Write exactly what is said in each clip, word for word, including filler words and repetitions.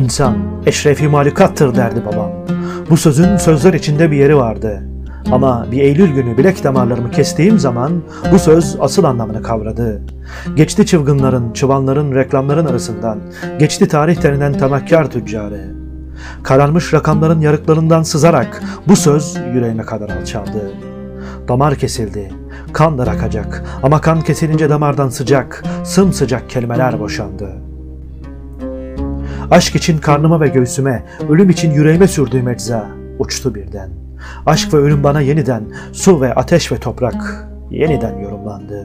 İnsan eşrefi mahlukattır derdi babam. Bu sözün sözler içinde bir yeri vardı. Ama bir Eylül günü bilek damarlarımı kestiğim zaman bu söz asıl anlamını kavradı. Geçti çılgınların, çıbanların, reklamların arasından, geçti tarih denilen temakkar tüccarı. Kararmış rakamların yarıklarından sızarak bu söz yüreğime kadar alçaldı. Damar kesildi, kan da akacak ama kan kesilince damardan sıcak, sımsıcak kelimeler boşandı. Aşk için karnıma ve göğsüme, ölüm için yüreğime sürdüğüm ecza uçtu birden. Aşk ve ölüm bana yeniden, su ve ateş ve toprak yeniden yorumlandı.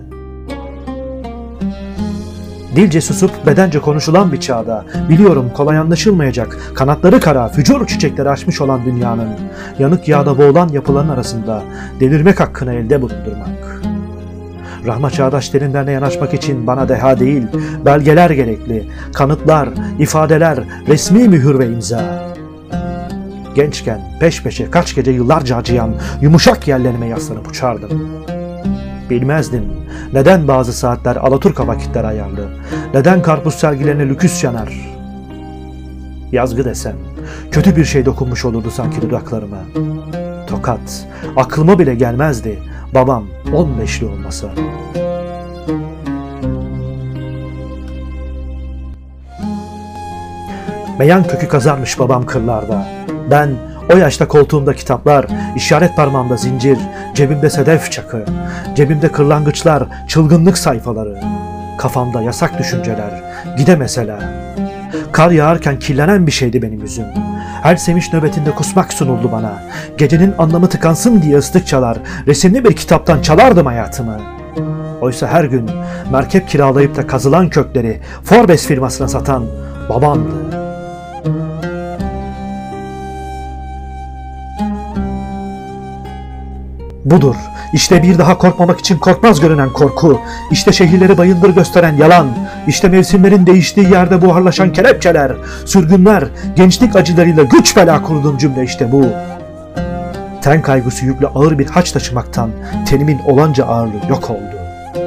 Dilce susup bedence konuşulan bir çağda, biliyorum kolay anlaşılmayacak, kanatları kara, fücur çiçekleri açmış olan dünyanın, yanık yağda boğulan yapıların arasında delirmek hakkını elde bulundurmak. Rahma çağdaş derinlerine yanaşmak için bana deha değil, belgeler gerekli, kanıtlar, ifadeler, resmi mühür ve imza. Gençken peş peşe kaç gece yıllarca acıyan yumuşak yerlerime yaslanıp uçardım. Bilmezdim neden bazı saatler Alaturka vakitler ayarlı, neden karpuz sergilerine lüküs yanar. Yazgı desem, kötü bir şey dokunmuş olurdu sanki dudaklarıma. Tokat, aklıma bile gelmezdi babam on beşli olmasa. Meyan kökü kazarmış babam kırlarda. Ben o yaşta koltuğumda kitaplar, işaret parmağımda zincir, cebimde sedef çakı, cebimde kırlangıçlar, çılgınlık sayfaları, kafamda yasak düşünceler, gide mesela. Kar yağarken kirlenen bir şeydi benim yüzüm. Her sevinç nöbetinde kusmak sunuldu bana. Gecenin anlamı tıkansın diye ıslık çalar, resimli bir kitaptan çalardım hayatımı. Oysa her gün merkep kiralayıp da kazılan kökleri Forbes firmasına satan babamdı. Budur, işte bir daha korkmamak için korkmaz görünen korku, işte şehirleri bayındır gösteren yalan, işte mevsimlerin değiştiği yerde buharlaşan kelepçeler, sürgünler, gençlik acılarıyla güç bela kurduğum cümle işte bu. Ten kaygısı yüklü ağır bir haç taşımaktan tenimin olanca ağırlığı yok oldu.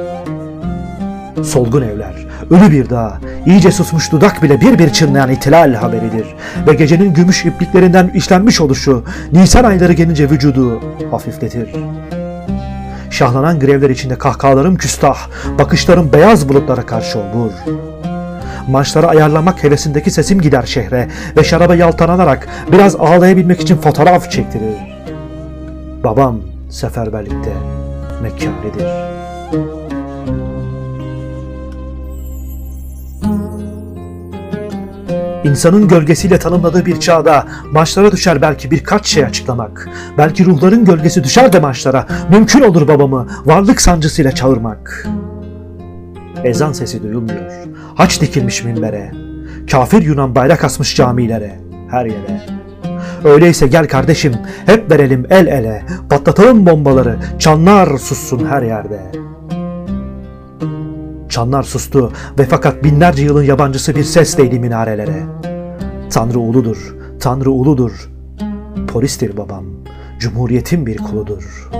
Solgun evler, ölü bir dağ, iyice susmuş dudak bile bir bir çınlayan ihtilal haberidir. Ve gecenin gümüş ipliklerinden işlenmiş oluşu, Nisan ayları gelince vücudu hafifletir. Şahlanan grevler içinde kahkahalarım küstah, bakışlarım beyaz bulutlara karşı olur. Marşları ayarlamak hevesindeki sesim gider şehre ve şaraba yaltalanarak biraz ağlayabilmek için fotoğraf çektirir. Babam seferberlikte Mekkâlidir. İnsanın gölgesiyle tanımladığı bir çağda maçlara düşer belki birkaç şey açıklamak. Belki ruhların gölgesi düşer de maçlara. Mümkün olur babamı varlık sancısıyla çağırmak. Ezan sesi duyulmuyor. Haç dikilmiş minbere. Kafir Yunan bayrak asmış camilere. Her yere. Öyleyse gel kardeşim hep verelim el ele. Patlatalım bombaları. Çanlar sussun her yerde. Çanlar sustu ve fakat binlerce yılın yabancısı bir ses değdi minarelere. Tanrı uludur, Tanrı uludur. Polistir babam, Cumhuriyetin bir kuludur.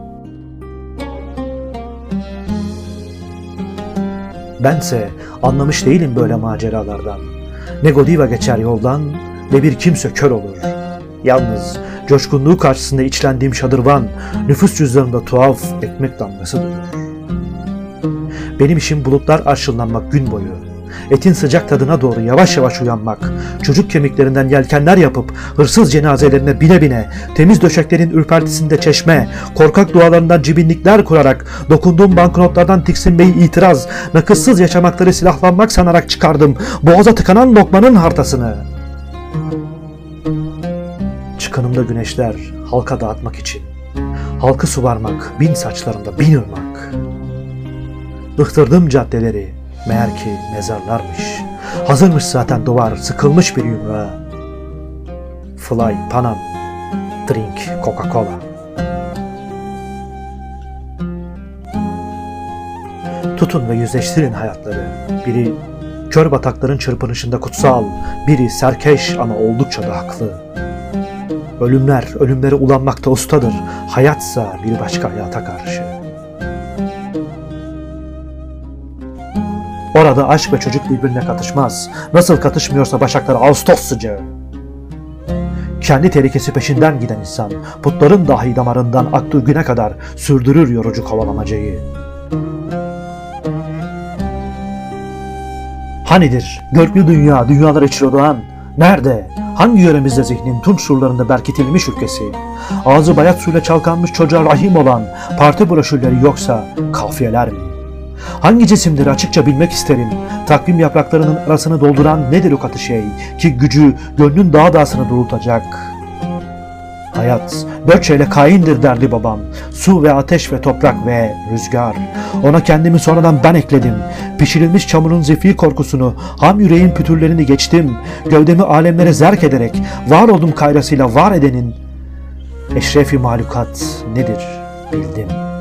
Bense anlamış değilim böyle maceralardan. Ne Godiva geçer yoldan, ne bir kimse kör olur. Yalnız coşkunluğu karşısında içlendiğim şadırvan, nüfus cüzdanında tuhaf ekmek damgası durur. Benim işim bulutlar arşınlanmak gün boyu. Etin sıcak tadına doğru yavaş yavaş uyanmak, çocuk kemiklerinden yelkenler yapıp hırsız cenazelerine bine bine, temiz döşeklerin ürpertisinde çeşme, korkak dualarından cibinlikler kurarak, dokunduğum banknotlardan tiksinmeyi itiraz, nakıssız yaşamakları silahlanmak sanarak çıkardım boğaza tıkanan lokmanın hartasını. Çıkınımda güneşler halka dağıtmak için, halkı suvarmak, bin saçlarında bin ırmak. Ihtırdım caddeleri, meğer ki mezarlarmış. Hazırmış zaten duvar, sıkılmış bir yumruğa. Fly, Panam, drink, Coca-Cola. Tutun ve yüzleştirin hayatları. Biri kör batakların çırpınışında kutsal, biri serkeş ama oldukça da haklı. Ölümler, ölümlere ulanmakta ustadır. Hayatsa bir başka hayata karşı. Orada aşk ve çocuk birbirine katışmaz. Nasıl katışmıyorsa başakları Ağustos sıcağı. Kendi tehlikesi peşinden giden insan, putların dahi damarından aktığı güne kadar sürdürür yorucu kovalamacayı. Hanidir görklü dünya, dünyalar içre doğan? Nerede? Hangi yöremizde zihnin tunç surlarında berkitilmiş ülkesi? Ağzı bayat suyla çalkanmış çocuğa rahim olan parti broşürleri yoksa kafiyeler mi? Hangi cisimleri açıkça bilmek isterim? Takvim yapraklarının arasını dolduran nedir o katı şey ki gücü gönlün dağ dağsını doğrultacak? Hayat dört şeyle kaindir derdi babam. Su ve ateş ve toprak ve rüzgar. Ona kendimi sonradan ben ekledim. Pişirilmiş çamurun zifiri korkusunu, ham yüreğin pütürlerini geçtim. Gövdemi alemlere zerk ederek var oldum kayrasıyla var edenin eşrefi mahlukat nedir bildim.